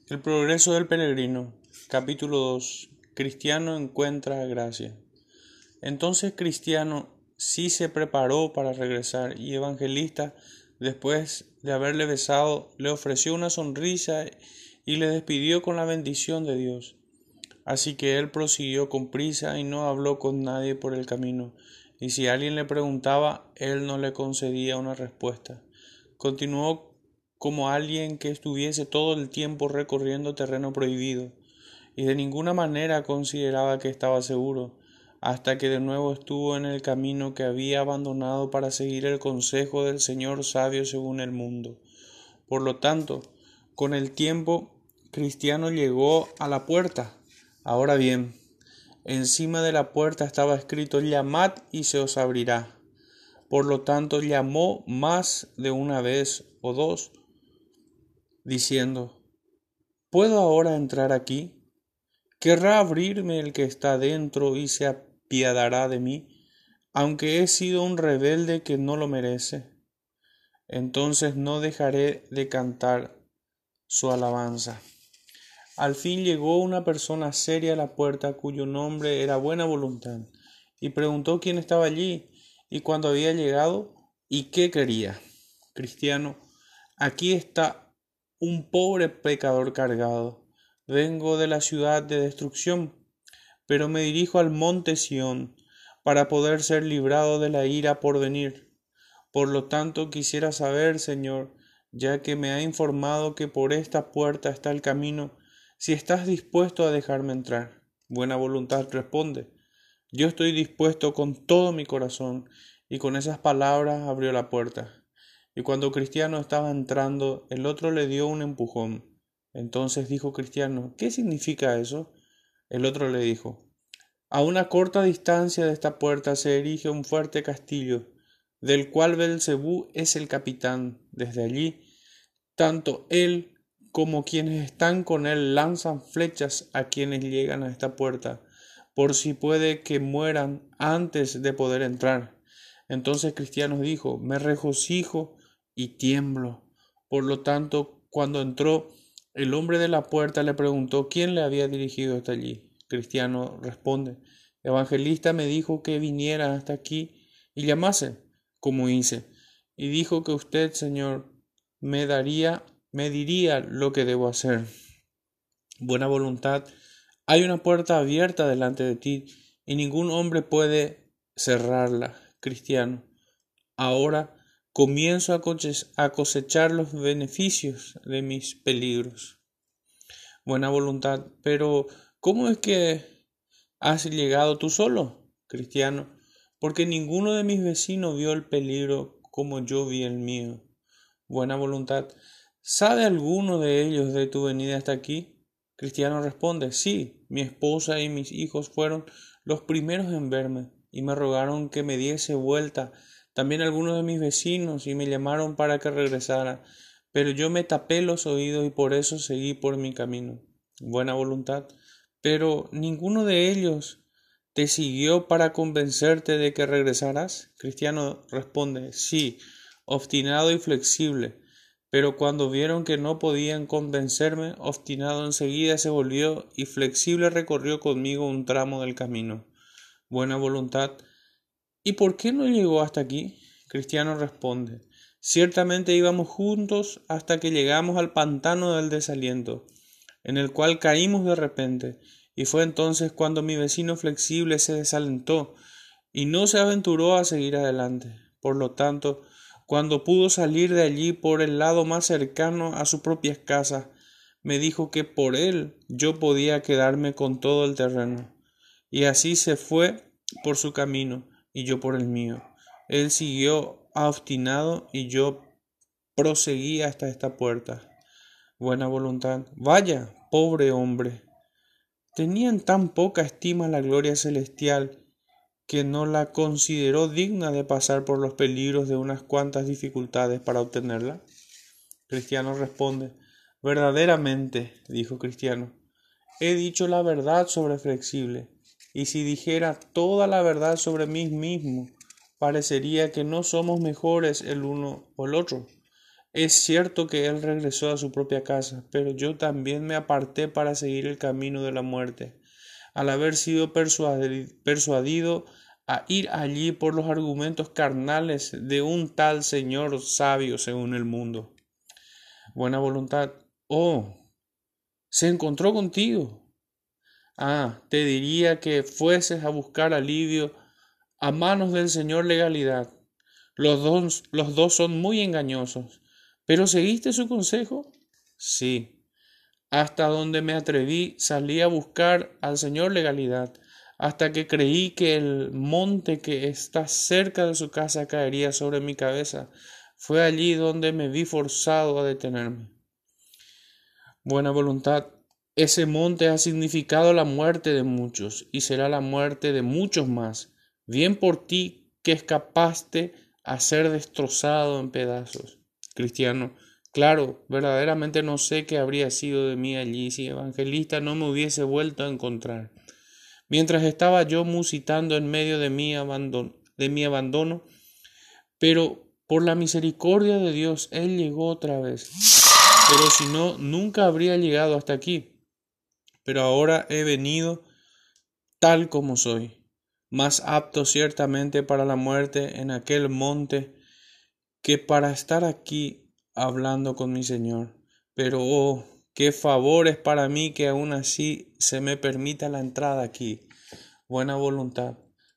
El progreso del peregrino. Capítulo 2. Cristiano encuentra gracia. Entonces Cristiano sí se preparó para regresar y Evangelista, después de haberle besado, le ofreció una sonrisa y le despidió con la bendición de Dios. Así que él prosiguió con prisa y no habló con nadie por el camino, y si alguien le preguntaba, él no le concedía una respuesta. Continuó como alguien que estuviese todo el tiempo recorriendo terreno prohibido, y de ninguna manera consideraba que estaba seguro, hasta que de nuevo estuvo en el camino que había abandonado para seguir el consejo del Señor sabio según el mundo. Por lo tanto, con el tiempo, Cristiano llegó a la puerta. Ahora bien, encima de la puerta estaba escrito: llamad y se os abrirá. Por lo tanto, llamó más de una vez o dos, diciendo: ¿puedo ahora entrar aquí? ¿Querrá abrirme el que está dentro y se apiadará de mí, aunque he sido un rebelde que no lo merece? Entonces no dejaré de cantar su alabanza. Al fin llegó una persona seria a la puerta, cuyo nombre era Buena Voluntad, y preguntó quién estaba allí y cuándo había llegado y qué quería. Cristiano: aquí está un pobre pecador cargado. Vengo de la ciudad de destrucción, pero me dirijo al monte Sión para poder ser librado de la ira por venir. Por lo tanto, quisiera saber, Señor, ya que me ha informado que por esta puerta está el camino, si estás dispuesto a dejarme entrar. Buena Voluntad responde: yo estoy dispuesto con todo mi corazón. Y con esas palabras abrió la puerta. Y cuando Cristiano estaba entrando, el otro le dio un empujón. Entonces dijo Cristiano: ¿qué significa eso? El otro le dijo: a una corta distancia de esta puerta se erige un fuerte castillo, del cual Belcebú es el capitán. Desde allí, tanto él como quienes están con él lanzan flechas a quienes llegan a esta puerta, por si puede que mueran antes de poder entrar. Entonces Cristiano dijo: me regocijo y tiemblo. Por lo tanto, cuando entró, el hombre de la puerta le preguntó quién le había dirigido hasta allí. Cristiano responde: Evangelista me dijo que viniera hasta aquí y llamase, como hice, y dijo que usted, Señor, me diría lo que debo hacer. Buena Voluntad: hay una puerta abierta delante de ti y ningún hombre puede cerrarla. Cristiano: ahora comienzo a cosechar los beneficios de mis peligros. Buena Voluntad: pero ¿cómo es que has llegado tú solo? Cristiano: porque ninguno de mis vecinos vio el peligro como yo vi el mío. Buena Voluntad: ¿sabe alguno de ellos de tu venida hasta aquí? Cristiano responde: sí, mi esposa y mis hijos fueron los primeros en verme y me rogaron que me diese vuelta. También algunos de mis vecinos y me llamaron para que regresara, pero yo me tapé los oídos y por eso seguí por mi camino. Buena Voluntad: pero ninguno de ellos te siguió para convencerte de que regresaras. Cristiano responde: sí, obstinado y flexible, pero cuando vieron que no podían convencerme, obstinado enseguida se volvió y flexible recorrió conmigo un tramo del camino. Buena Voluntad: ¿y por qué no llegó hasta aquí? Cristiano responde: ciertamente íbamos juntos hasta que llegamos al pantano del desaliento, en el cual caímos de repente, y fue entonces cuando mi vecino flexible se desalentó y no se aventuró a seguir adelante. Por lo tanto, cuando pudo salir de allí por el lado más cercano a su propia casa, me dijo que por él yo podía quedarme con todo el terreno. Y así se fue por su camino y yo por el mío. Él siguió obstinado y yo proseguí hasta esta puerta. Buena Voluntad: vaya, pobre hombre. Tenían tan poca estima la gloria celestial que no la consideró digna de pasar por los peligros de unas cuantas dificultades para obtenerla. Cristiano responde: verdaderamente, dijo Cristiano, he dicho la verdad sobre flexible, y si dijera toda la verdad sobre mí mismo, parecería que no somos mejores el uno o el otro. Es cierto que él regresó a su propia casa, pero yo también me aparté para seguir el camino de la muerte, al haber sido persuadido a ir allí por los argumentos carnales de un tal señor sabio según el mundo. Buena voluntad. Oh, se encontró contigo. Ah, te diría que fueses a buscar alivio a manos del señor Legalidad. Los dos son muy engañosos. ¿Pero seguiste su consejo? Sí. Hasta donde me atreví, salí a buscar al señor Legalidad, hasta que creí que el monte que está cerca de su casa caería sobre mi cabeza. Fue allí donde me vi forzado a detenerme. Buena voluntad. Ese monte ha significado la muerte de muchos, y será la muerte de muchos más. Bien por ti que escapaste a ser destrozado en pedazos. Cristiano, claro, verdaderamente no sé qué habría sido de mí allí si Evangelista no me hubiese vuelto a encontrar. Mientras estaba yo musitando en medio de mi abandono, pero por la misericordia de Dios, Él llegó otra vez. Pero si no, nunca habría llegado hasta aquí. Pero ahora he venido tal como soy, más apto ciertamente para la muerte en aquel monte que para estar aquí hablando con mi Señor. Pero oh, qué favor es para mí que aún así se me permita la entrada aquí. Buena voluntad.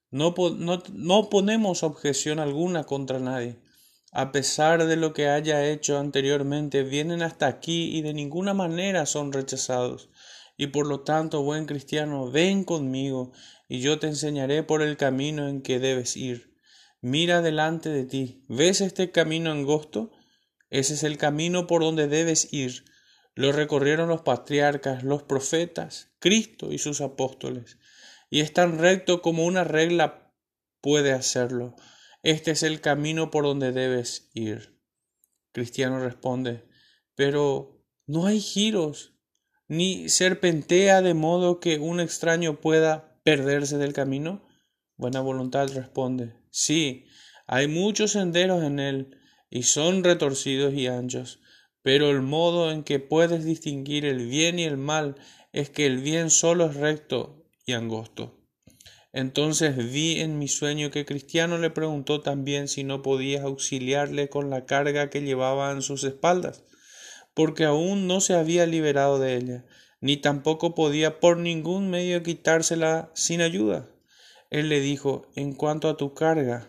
No ponemos objeción alguna contra nadie. A pesar de lo que haya hecho anteriormente, vienen hasta aquí y de ninguna manera son rechazados. Y por lo tanto, buen cristiano, ven conmigo y yo te enseñaré por el camino en que debes ir. Mira delante de ti. ¿Ves este camino angosto? Ese es el camino por donde debes ir. Lo recorrieron los patriarcas, los profetas, Cristo y sus apóstoles. Y es tan recto como una regla puede hacerlo. Este es el camino por donde debes ir. Cristiano responde, pero no hay giros, ni serpentea de modo que un extraño pueda perderse del camino. Buena voluntad responde, sí, hay muchos senderos en él, y son retorcidos y anchos, pero el modo en que puedes distinguir el bien y el mal es que el bien solo es recto y angosto. Entonces vi en mi sueño que Cristiano le preguntó también si no podía auxiliarle con la carga que llevaba en sus espaldas, porque aún no se había liberado de ella, ni tampoco podía por ningún medio quitársela sin ayuda. Él le dijo, en cuanto a tu carga,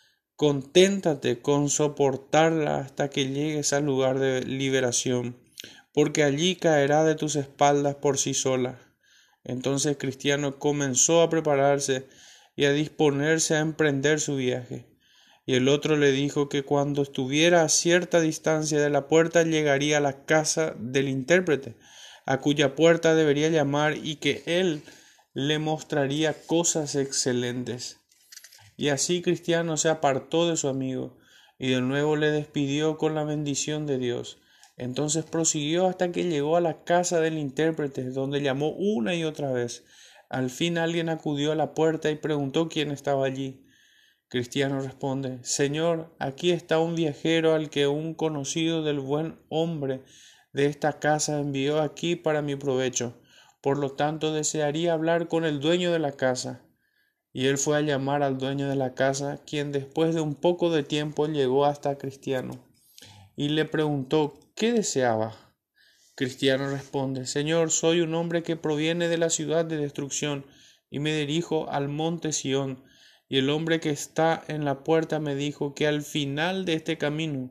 conténtate con soportarla hasta que llegues al lugar de liberación, porque allí caerá de tus espaldas por sí sola. Entonces Cristiano comenzó a prepararse y a disponerse a emprender su viaje. Y el otro le dijo que cuando estuviera a cierta distancia de la puerta llegaría a la casa del intérprete, a cuya puerta debería llamar y que él le mostraría cosas excelentes. Y así Cristiano se apartó de su amigo y de nuevo le despidió con la bendición de Dios. Entonces prosiguió hasta que llegó a la casa del intérprete, donde llamó una y otra vez. Al fin alguien acudió a la puerta y preguntó quién estaba allí. Cristiano responde, Señor, aquí está un viajero al que un conocido del buen hombre de esta casa envió aquí para mi provecho. Por lo tanto, desearía hablar con el dueño de la casa. Y él fue a llamar al dueño de la casa, quien después de un poco de tiempo llegó hasta Cristiano, y le preguntó qué deseaba. Cristiano responde, Señor, soy un hombre que proviene de la ciudad de destrucción, y me dirijo al monte Sión, y el hombre que está en la puerta me dijo que al final de este camino,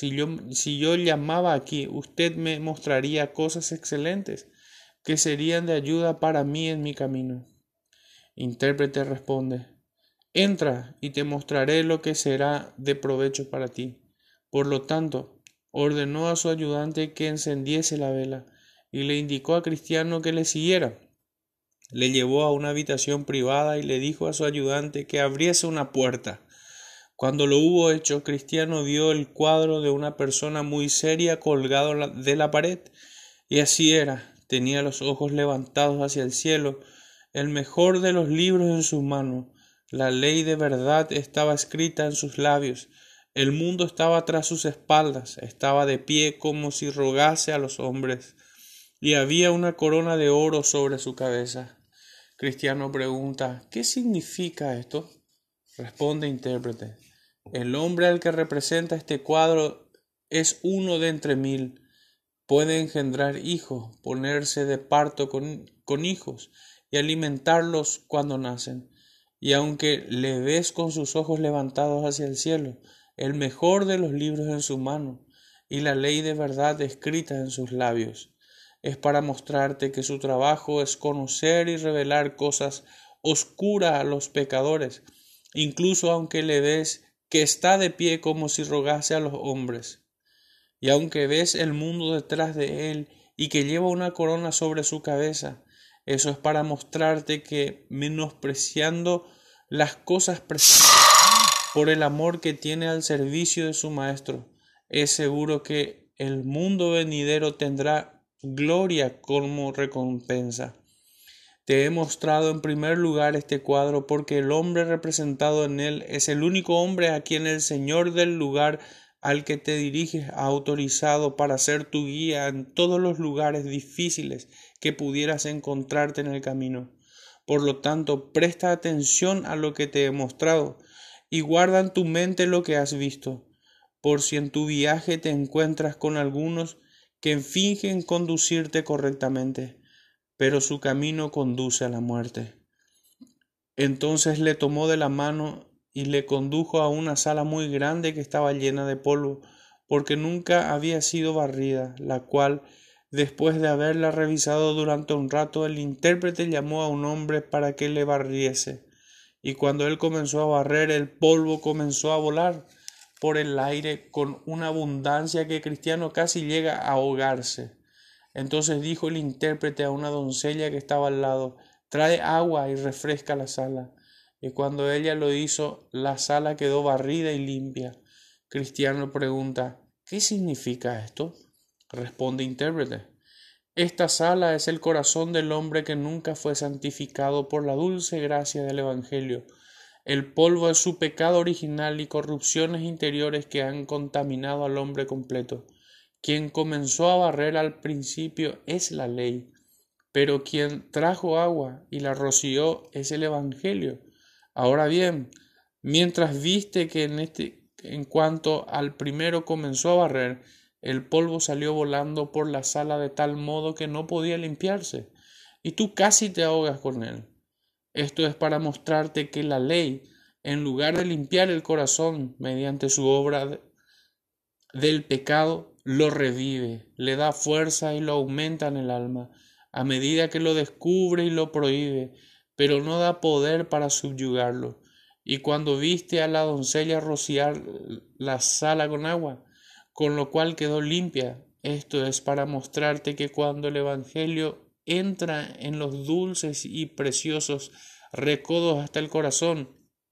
si yo llamaba aquí, usted me mostraría cosas excelentes, que serían de ayuda para mí en mi camino. Intérprete responde, entra y te mostraré lo que será de provecho para ti. Por lo tanto, ordenó a su ayudante que encendiese la vela y le indicó a Cristiano que le siguiera. Le llevó a una habitación privada y le dijo a su ayudante que abriese una puerta. Cuando lo hubo hecho, Cristiano vio el cuadro de una persona muy seria colgado de la pared, y así era, tenía los ojos levantados hacia el cielo, el mejor de los libros en sus manos, la ley de verdad estaba escrita en sus labios, El mundo estaba tras sus espaldas, estaba de pie como si rogase a los hombres, y había una corona de oro sobre su cabeza. Cristiano pregunta: ¿qué significa esto? Responde intérprete: el hombre al que representa este cuadro es uno de entre mil. Puede engendrar hijos, ponerse de parto con hijos y alimentarlos cuando nacen. Y aunque le ves con sus ojos levantados hacia el cielo, el mejor de los libros en su mano y la ley de verdad escrita en sus labios, es para mostrarte que su trabajo es conocer y revelar cosas oscuras a los pecadores, incluso aunque le ves que está de pie como si rogase a los hombres. Y aunque ves el mundo detrás de él y que lleva una corona sobre su cabeza, eso es para mostrarte que, menospreciando las cosas presentes por el amor que tiene al servicio de su Maestro, es seguro que el mundo venidero tendrá gloria como recompensa. Te he mostrado en primer lugar este cuadro porque el hombre representado en él es el único hombre a quien el Señor del lugar al que te diriges ha autorizado para ser tu guía en todos los lugares difíciles que pudieras encontrarte en el camino. Por lo tanto, presta atención a lo que te he mostrado y guarda en tu mente lo que has visto, por si en tu viaje te encuentras con algunos que fingen conducirte correctamente, pero su camino conduce a la muerte. Entonces le tomó de la mano y le condujo a una sala muy grande que estaba llena de polvo, porque nunca había sido barrida, la cual, después de haberla revisado durante un rato, el intérprete llamó a un hombre para que le barriese, y cuando él comenzó a barrer, el polvo comenzó a volar por el aire con una abundancia que Cristiano casi llega a ahogarse. Entonces dijo el intérprete a una doncella que estaba al lado: trae agua y refresca la sala. Y cuando ella lo hizo, la sala quedó barrida y limpia. Cristiano pregunta: ¿qué significa esto? Responde intérprete: esta sala es el corazón del hombre que nunca fue santificado por la dulce gracia del Evangelio. El polvo es su pecado original y corrupciones interiores que han contaminado al hombre completo. Quien comenzó a barrer al principio es la ley, pero quien trajo agua y la roció es el Evangelio. Ahora bien, mientras viste que en cuanto al primero comenzó a barrer, el polvo salió volando por la sala de tal modo que no podía limpiarse, y tú casi te ahogas con él. Esto es para mostrarte que la ley, en lugar de limpiar el corazón mediante su obra del pecado, lo revive, le da fuerza y lo aumenta en el alma, a medida que lo descubre y lo prohíbe, pero no da poder para subyugarlo. Y cuando viste a la doncella rociar la sala con agua, con lo cual quedó limpia, esto es para mostrarte que cuando el Evangelio entra en los dulces y preciosos recodos hasta el corazón,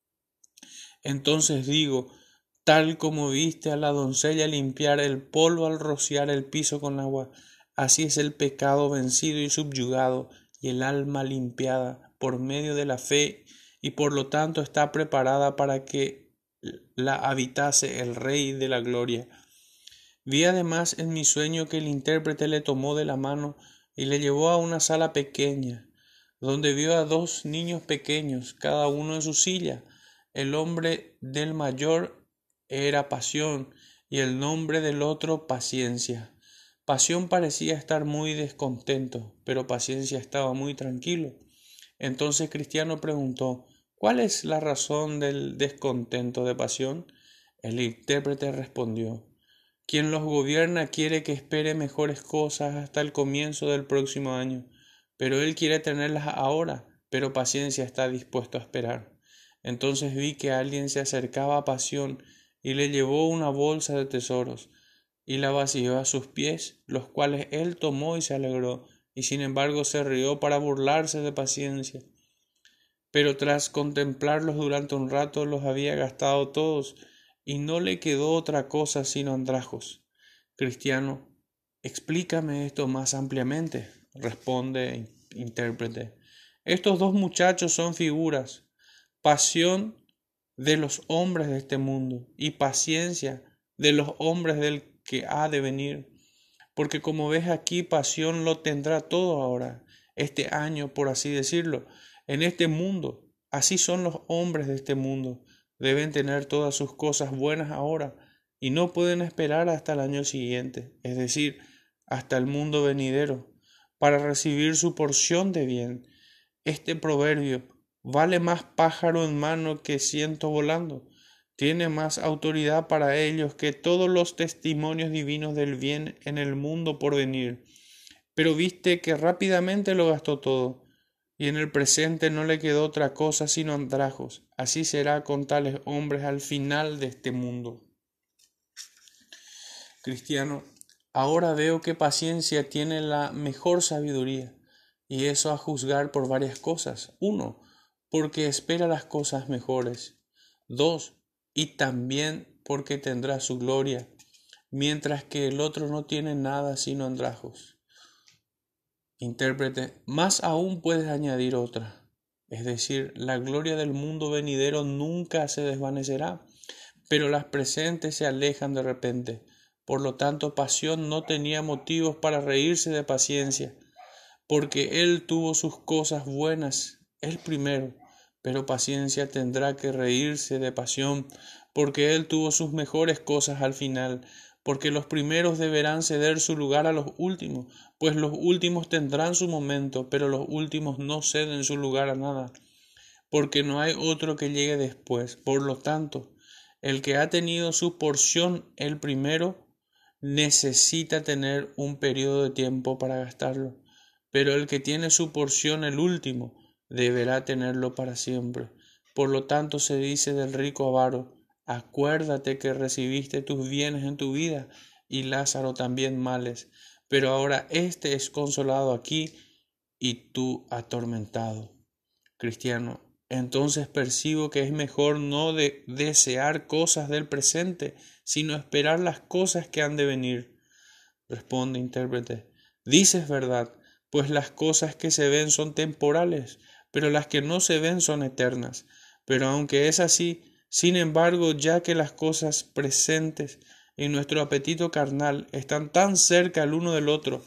entonces digo, tal como viste a la doncella limpiar el polvo al rociar el piso con agua, así es el pecado vencido y subyugado, y el alma limpiada por medio de la fe, y por lo tanto está preparada para que la habitase el Rey de la gloria. Vi además en mi sueño que el intérprete le tomó de la mano y le llevó a una sala pequeña, donde vio a dos niños pequeños, cada uno en su silla. El nombre del mayor era Pasión y el nombre del otro Paciencia. Pasión parecía estar muy descontento, pero Paciencia estaba muy tranquilo. Entonces Cristiano preguntó: ¿cuál es la razón del descontento de Pasión? El intérprete respondió: quien los gobierna quiere que espere mejores cosas hasta el comienzo del próximo año, pero él quiere tenerlas ahora, pero Paciencia está dispuesto a esperar. Entonces vi que alguien se acercaba a Pasión y le llevó una bolsa de tesoros y la vació a sus pies, los cuales él tomó y se alegró, y sin embargo se rió para burlarse de Paciencia. Pero tras contemplarlos durante un rato los había gastado todos, y no le quedó otra cosa sino andrajos. Cristiano: explícame esto más ampliamente, responde intérprete. Estos dos muchachos son figuras. Pasión de los hombres de este mundo y paciencia de los hombres del que ha de venir. Porque como ves aquí, pasión lo tendrá todo ahora, este año, por así decirlo, en este mundo. Así son los hombres de este mundo. Deben tener todas sus cosas buenas ahora y no pueden esperar hasta el año siguiente, es decir, hasta el mundo venidero, para recibir su porción de bien. Este proverbio: vale más pájaro en mano que ciento volando. Tiene más autoridad para ellos que todos los testimonios divinos del bien en el mundo por venir. Pero viste que rápidamente lo gastó todo, y en el presente no le quedó otra cosa sino andrajos. Así será con tales hombres al final de este mundo. Cristiano, ahora veo que paciencia tiene la mejor sabiduría, y eso a juzgar por varias cosas. 1, porque espera las cosas mejores. 2, y también porque tendrá su gloria, mientras que el otro no tiene nada sino andrajos. Intérprete, más aún puedes añadir otra, es decir, la gloria del mundo venidero nunca se desvanecerá, pero las presentes se alejan de repente. Por lo tanto, pasión no tenía motivos para reírse de paciencia, porque él tuvo sus cosas buenas, el primero, pero paciencia tendrá que reírse de pasión, porque él tuvo sus mejores cosas al final, porque los primeros deberán ceder su lugar a los últimos, pues los últimos tendrán su momento, pero los últimos no ceden su lugar a nada, porque no hay otro que llegue después. Por lo tanto, el que ha tenido su porción el primero, necesita tener un periodo de tiempo para gastarlo, pero el que tiene su porción el último, deberá tenerlo para siempre. Por lo tanto se dice del rico avaro: acuérdate que recibiste tus bienes en tu vida, y Lázaro también males, pero ahora éste es consolado aquí y tú atormentado. Cristiano, entonces percibo que es mejor no desear cosas del presente, sino esperar las cosas que han de venir. Responde, intérprete, dices verdad, pues las cosas que se ven son temporales, pero las que no se ven son eternas. Pero aunque es así, sin embargo, ya que las cosas presentes y nuestro apetito carnal están tan cerca el uno del otro,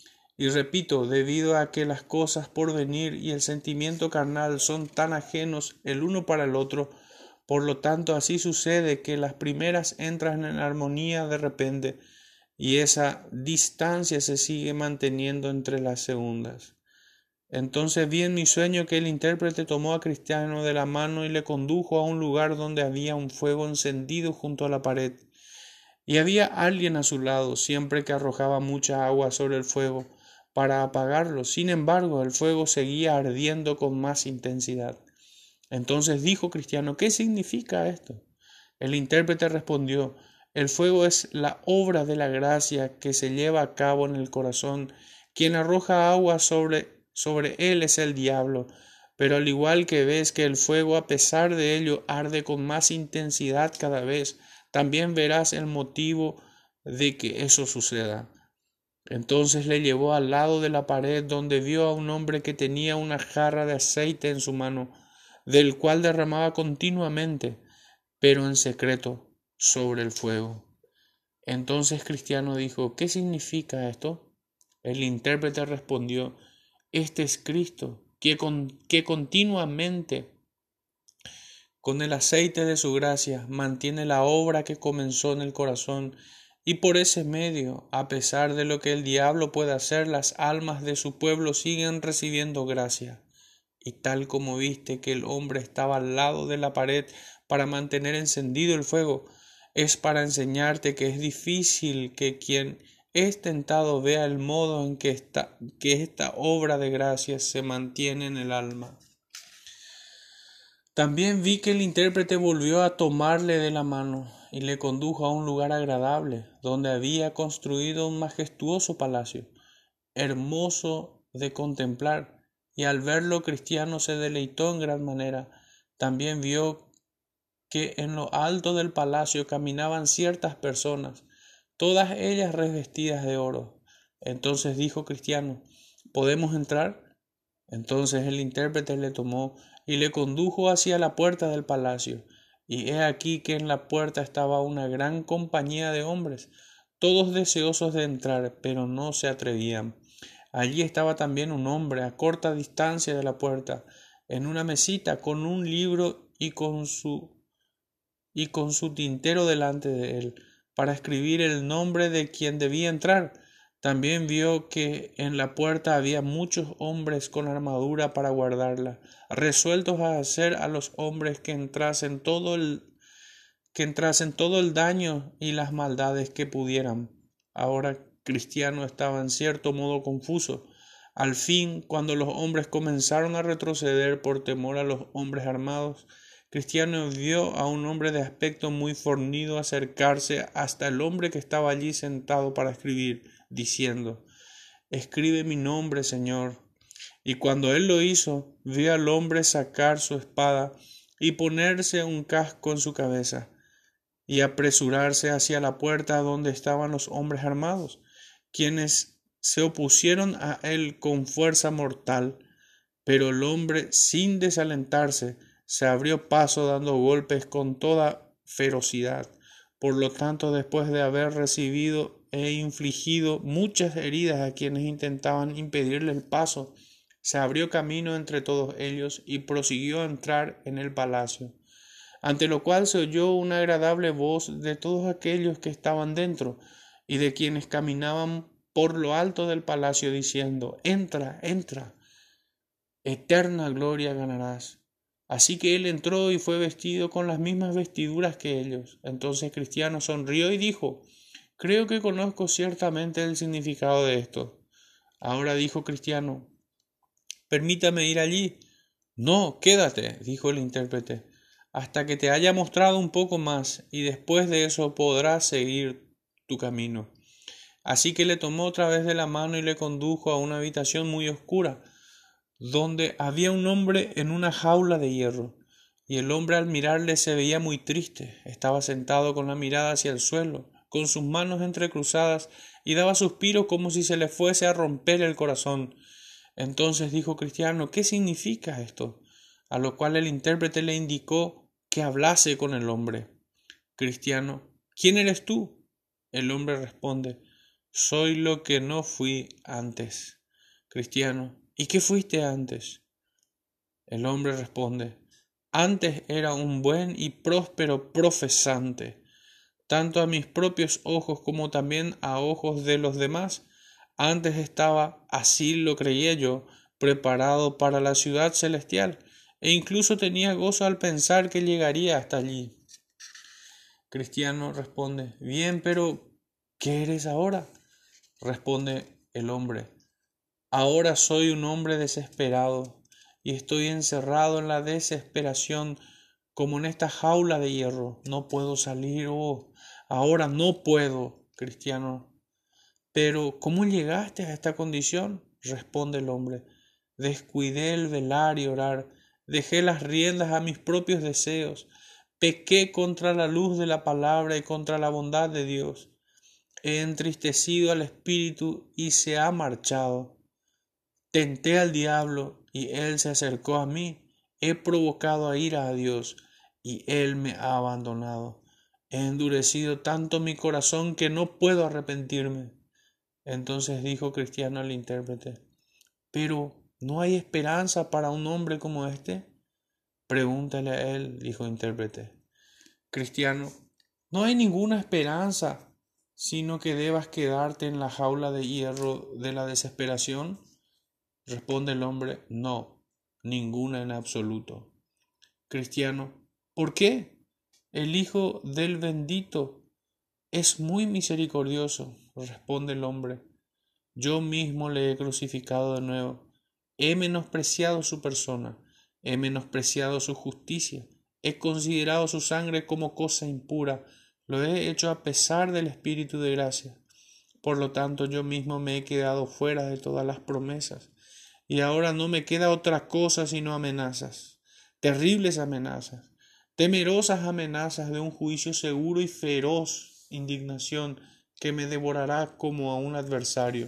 y repito, debido a que las cosas por venir y el sentimiento carnal son tan ajenos el uno para el otro, por lo tanto así sucede que las primeras entran en armonía de repente, y esa distancia se sigue manteniendo entre las segundas. Entonces vi en mi sueño que el intérprete tomó a Cristiano de la mano y le condujo a un lugar donde había un fuego encendido junto a la pared, y había alguien a su lado siempre que arrojaba mucha agua sobre el fuego para apagarlo. Sin embargo, el fuego seguía ardiendo con más intensidad. Entonces dijo Cristiano: ¿qué significa esto? El intérprete respondió: el fuego es la obra de la gracia que se lleva a cabo en el corazón. Quien arroja agua sobre él es el diablo. Pero al igual que ves que el fuego, a pesar de ello, arde con más intensidad cada vez, también verás el motivo de que eso suceda. Entonces le llevó al lado de la pared, donde vio a un hombre que tenía una jarra de aceite en su mano, del cual derramaba continuamente, pero en secreto, sobre el fuego. Entonces Cristiano dijo: ¿qué significa esto? El intérprete respondió: este es Cristo, que continuamente, con el aceite de su gracia, mantiene la obra que comenzó en el corazón, y por ese medio, a pesar de lo que el diablo pueda hacer, las almas de su pueblo siguen recibiendo gracia. Y tal como viste que el hombre estaba al lado de la pared para mantener encendido el fuego, es para enseñarte que es difícil que quien es tentado vea el modo en que esta obra de gracia se mantiene en el alma. También vi que el intérprete volvió a tomarle de la mano y le condujo a un lugar agradable, donde había construido un majestuoso palacio, hermoso de contemplar, y al verlo Cristiano se deleitó en gran manera. También vio que en lo alto del palacio caminaban ciertas personas, todas ellas revestidas de oro. Entonces dijo Cristiano: ¿podemos entrar? Entonces el intérprete le tomó y le condujo hacia la puerta del palacio, y he aquí que en la puerta estaba una gran compañía de hombres, todos deseosos de entrar, pero no se atrevían. Allí estaba también un hombre a corta distancia de la puerta, en una mesita, con un libro y con su tintero delante de él, para escribir el nombre de quien debía entrar. También vio que en la puerta había muchos hombres con armadura para guardarla, resueltos a hacer a los hombres que entrasen todo el daño y las maldades que pudieran. Ahora Cristiano estaba en cierto modo confuso. Al fin, cuando los hombres comenzaron a retroceder por temor a los hombres armados, Cristiano vio a un hombre de aspecto muy fornido acercarse hasta el hombre que estaba allí sentado para escribir, diciendo: «Escribe mi nombre, Señor». Y cuando él lo hizo, vio al hombre sacar su espada y ponerse un casco en su cabeza, y apresurarse hacia la puerta donde estaban los hombres armados, quienes se opusieron a él con fuerza mortal. Pero el hombre, sin desalentarse, se abrió paso dando golpes con toda ferocidad. Por lo tanto, después de haber recibido e infligido muchas heridas a quienes intentaban impedirle el paso, se abrió camino entre todos ellos y prosiguió a entrar en el palacio, ante lo cual se oyó una agradable voz de todos aquellos que estaban dentro y de quienes caminaban por lo alto del palacio, diciendo: «Entra, entra, eterna gloria ganarás». Así que él entró y fue vestido con las mismas vestiduras que ellos. Entonces Cristiano sonrió y dijo: «Creo que conozco ciertamente el significado de esto». Ahora dijo Cristiano: «Permítame ir allí». «No, quédate», dijo el intérprete, «hasta que te haya mostrado un poco más, y después de eso podrás seguir tu camino». Así que le tomó otra vez de la mano y le condujo a una habitación muy oscura, donde había un hombre en una jaula de hierro. Y el hombre, al mirarle, se veía muy triste. Estaba sentado con la mirada hacia el suelo, con sus manos entrecruzadas, y daba suspiros como si se le fuese a romper el corazón. Entonces dijo Cristiano: «¿Qué significa esto?». A lo cual el intérprete le indicó que hablase con el hombre. Cristiano: «¿Quién eres tú?». El hombre responde: «Soy lo que no fui antes». Cristiano: «¿Y qué fuiste antes?». El hombre responde: «Antes era un buen y próspero profesante, tanto a mis propios ojos como también a ojos de los demás. Antes estaba, así lo creía yo, preparado para la ciudad celestial, e incluso tenía gozo al pensar que llegaría hasta allí». Cristiano responde: «Bien, pero ¿qué eres ahora?». Responde el hombre: «Ahora soy un hombre desesperado, y estoy encerrado en la desesperación como en esta jaula de hierro. No puedo salir, ahora no puedo». Cristiano: «Pero ¿cómo llegaste a esta condición?». Responde el hombre: «Descuidé el velar y orar, dejé las riendas a mis propios deseos, pequé contra la luz de la palabra y contra la bondad de Dios. He entristecido al espíritu y se ha marchado. Tenté al diablo y él se acercó a mí. He provocado a ira a Dios y él me ha abandonado. He endurecido tanto mi corazón que no puedo arrepentirme». Entonces dijo Cristiano al intérprete: «Pero ¿no hay esperanza para un hombre como este?». «Pregúntale a él», dijo el intérprete. Cristiano: «No hay ninguna esperanza, sino que debas quedarte en la jaula de hierro de la desesperación». Responde el hombre: «No, ninguna en absoluto». Cristiano: «¿Por qué? El Hijo del Bendito es muy misericordioso». Responde el hombre: «Yo mismo le he crucificado de nuevo. He menospreciado su persona, he menospreciado su justicia, he considerado su sangre como cosa impura, lo he hecho a pesar del Espíritu de gracia. Por lo tanto, yo mismo me he quedado fuera de todas las promesas, y ahora no me queda otra cosa sino amenazas, terribles amenazas, temerosas amenazas de un juicio seguro y feroz indignación que me devorará como a un adversario».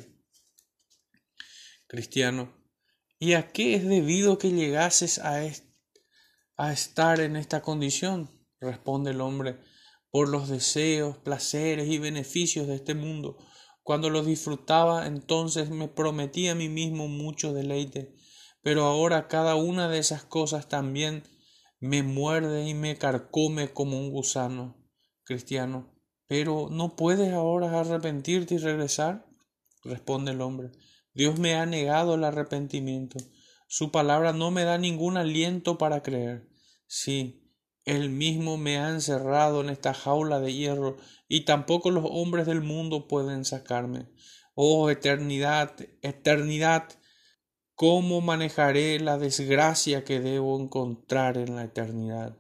Cristiano: «¿Y a qué es debido que llegases a estar en esta condición?». responde el hombre, por los deseos, placeres y beneficios de este mundo. Cuando los disfrutaba, entonces me prometí a mí mismo mucho deleite, pero ahora cada una de esas cosas también me muerde y me carcome como un gusano. Cristiano, pero ¿no puedes ahora arrepentirte y regresar? Responde el hombre, Dios me ha negado el arrepentimiento. Su palabra no me da ningún aliento para creer. Sí, Él mismo me ha encerrado en esta jaula de hierro y tampoco los hombres del mundo pueden sacarme. Oh eternidad, eternidad, ¿cómo manejaré la desgracia que debo encontrar en la eternidad?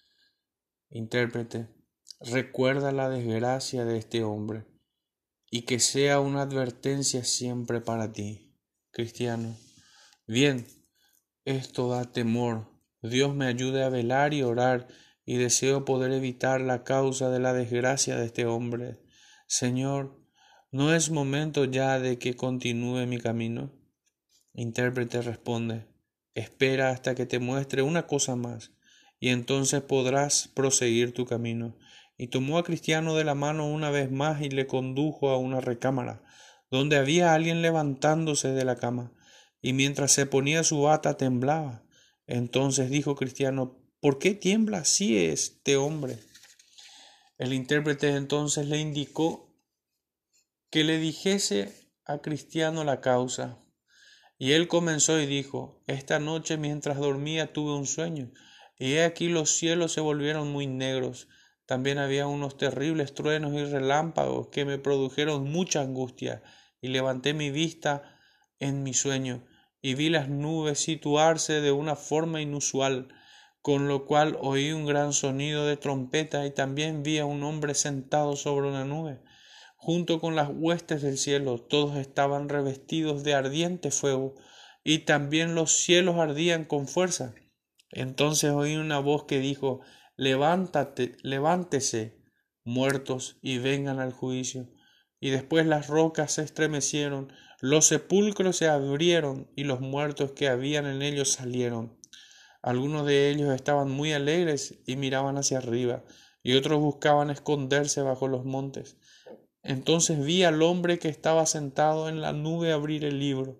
Intérprete, recuerda la desgracia de este hombre y que sea una advertencia siempre para ti. Cristiano, bien, esto da temor. Dios me ayude a velar y orar, y deseo poder evitar la causa de la desgracia de este hombre. Señor, ¿no es momento ya de que continúe mi camino? Intérprete responde, espera hasta que te muestre una cosa más, y entonces podrás proseguir tu camino. Y tomó a Cristiano de la mano una vez más y le condujo a una recámara, donde había alguien levantándose de la cama, y mientras se ponía su bata temblaba. Entonces dijo Cristiano, ¿por qué tiembla así este hombre? El intérprete entonces le indicó que le dijese a Cristiano la causa. Y él comenzó y dijo, esta noche mientras dormía tuve un sueño, y he aquí los cielos se volvieron muy negros. También había unos terribles truenos y relámpagos que me produjeron mucha angustia, y levanté mi vista en mi sueño, y vi las nubes situarse de una forma inusual, con lo cual oí un gran sonido de trompeta, y también vi a un hombre sentado sobre una nube. Junto con las huestes del cielo, todos estaban revestidos de ardiente fuego, y también los cielos ardían con fuerza. Entonces oí una voz que dijo, levántate, levántese, muertos, y vengan al juicio. Y después las rocas se estremecieron, los sepulcros se abrieron, y los muertos que habían en ellos salieron. Algunos de ellos estaban muy alegres y miraban hacia arriba, y otros buscaban esconderse bajo los montes. Entonces vi al hombre que estaba sentado en la nube abrir el libro,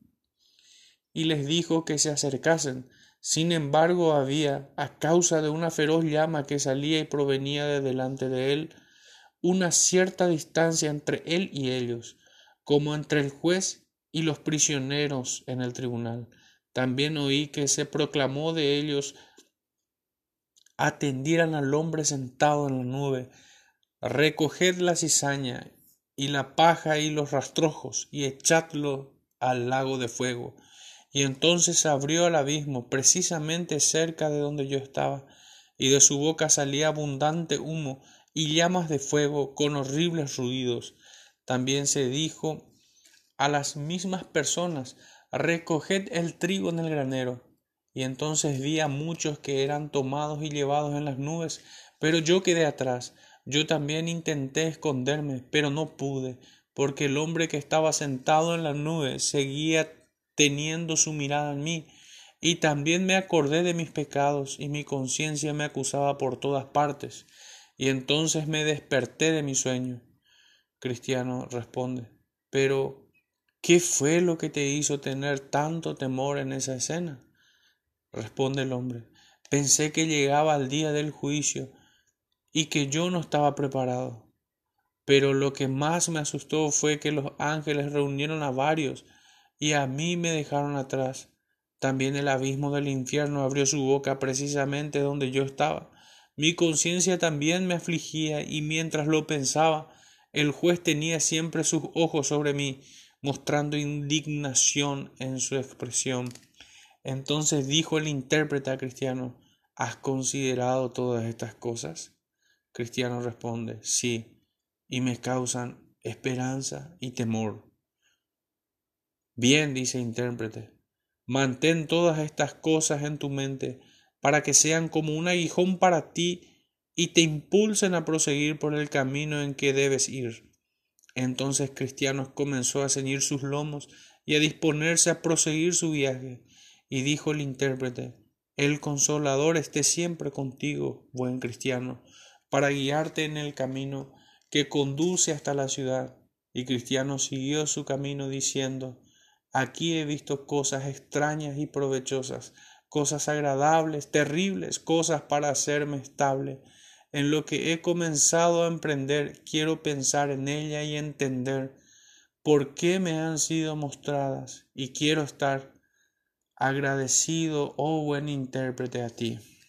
y les dijo que se acercasen. Sin embargo había, a causa de una feroz llama que salía y provenía de delante de él, una cierta distancia entre él y ellos, como entre el juez y los prisioneros en el tribunal. También oí que se proclamó de ellos atendieran al hombre sentado en la nube. Recoged la cizaña y la paja y los rastrojos y echadlo al lago de fuego. Y entonces se abrió el abismo precisamente cerca de donde yo estaba, y de su boca salía abundante humo y llamas de fuego con horribles ruidos. También se dijo a las mismas personas, recoged el trigo en el granero. Y entonces vi a muchos que eran tomados y llevados en las nubes, pero yo quedé atrás. Yo también intenté esconderme, pero no pude, porque el hombre que estaba sentado en la nube seguía teniendo su mirada en mí, y también me acordé de mis pecados, y mi conciencia me acusaba por todas partes, y entonces me desperté de mi sueño. Cristiano responde, pero ¿qué fue lo que te hizo tener tanto temor en esa escena? Responde el hombre, pensé que llegaba el día del juicio, y que yo no estaba preparado. Pero lo que más me asustó fue que los ángeles reunieron a varios y a mí me dejaron atrás. También el abismo del infierno abrió su boca precisamente donde yo estaba. Mi conciencia también me afligía y mientras lo pensaba, el juez tenía siempre sus ojos sobre mí, mostrando indignación en su expresión. Entonces dijo el intérprete a Cristiano, ¿has considerado todas estas cosas? Cristiano responde, sí, y me causan esperanza y temor. Bien, dice intérprete, mantén todas estas cosas en tu mente para que sean como un aguijón para ti y te impulsen a proseguir por el camino en que debes ir. Entonces Cristiano comenzó a ceñir sus lomos y a disponerse a proseguir su viaje, y dijo el intérprete, El Consolador esté siempre contigo, buen cristiano, para guiarte en el camino que conduce hasta la ciudad. Y Cristiano siguió su camino diciendo: Aquí he visto cosas extrañas y provechosas, cosas agradables, terribles, cosas para hacerme estable. En lo que he comenzado a emprender, quiero pensar en ella y entender por qué me han sido mostradas, y quiero estar agradecido, oh buen intérprete, a ti.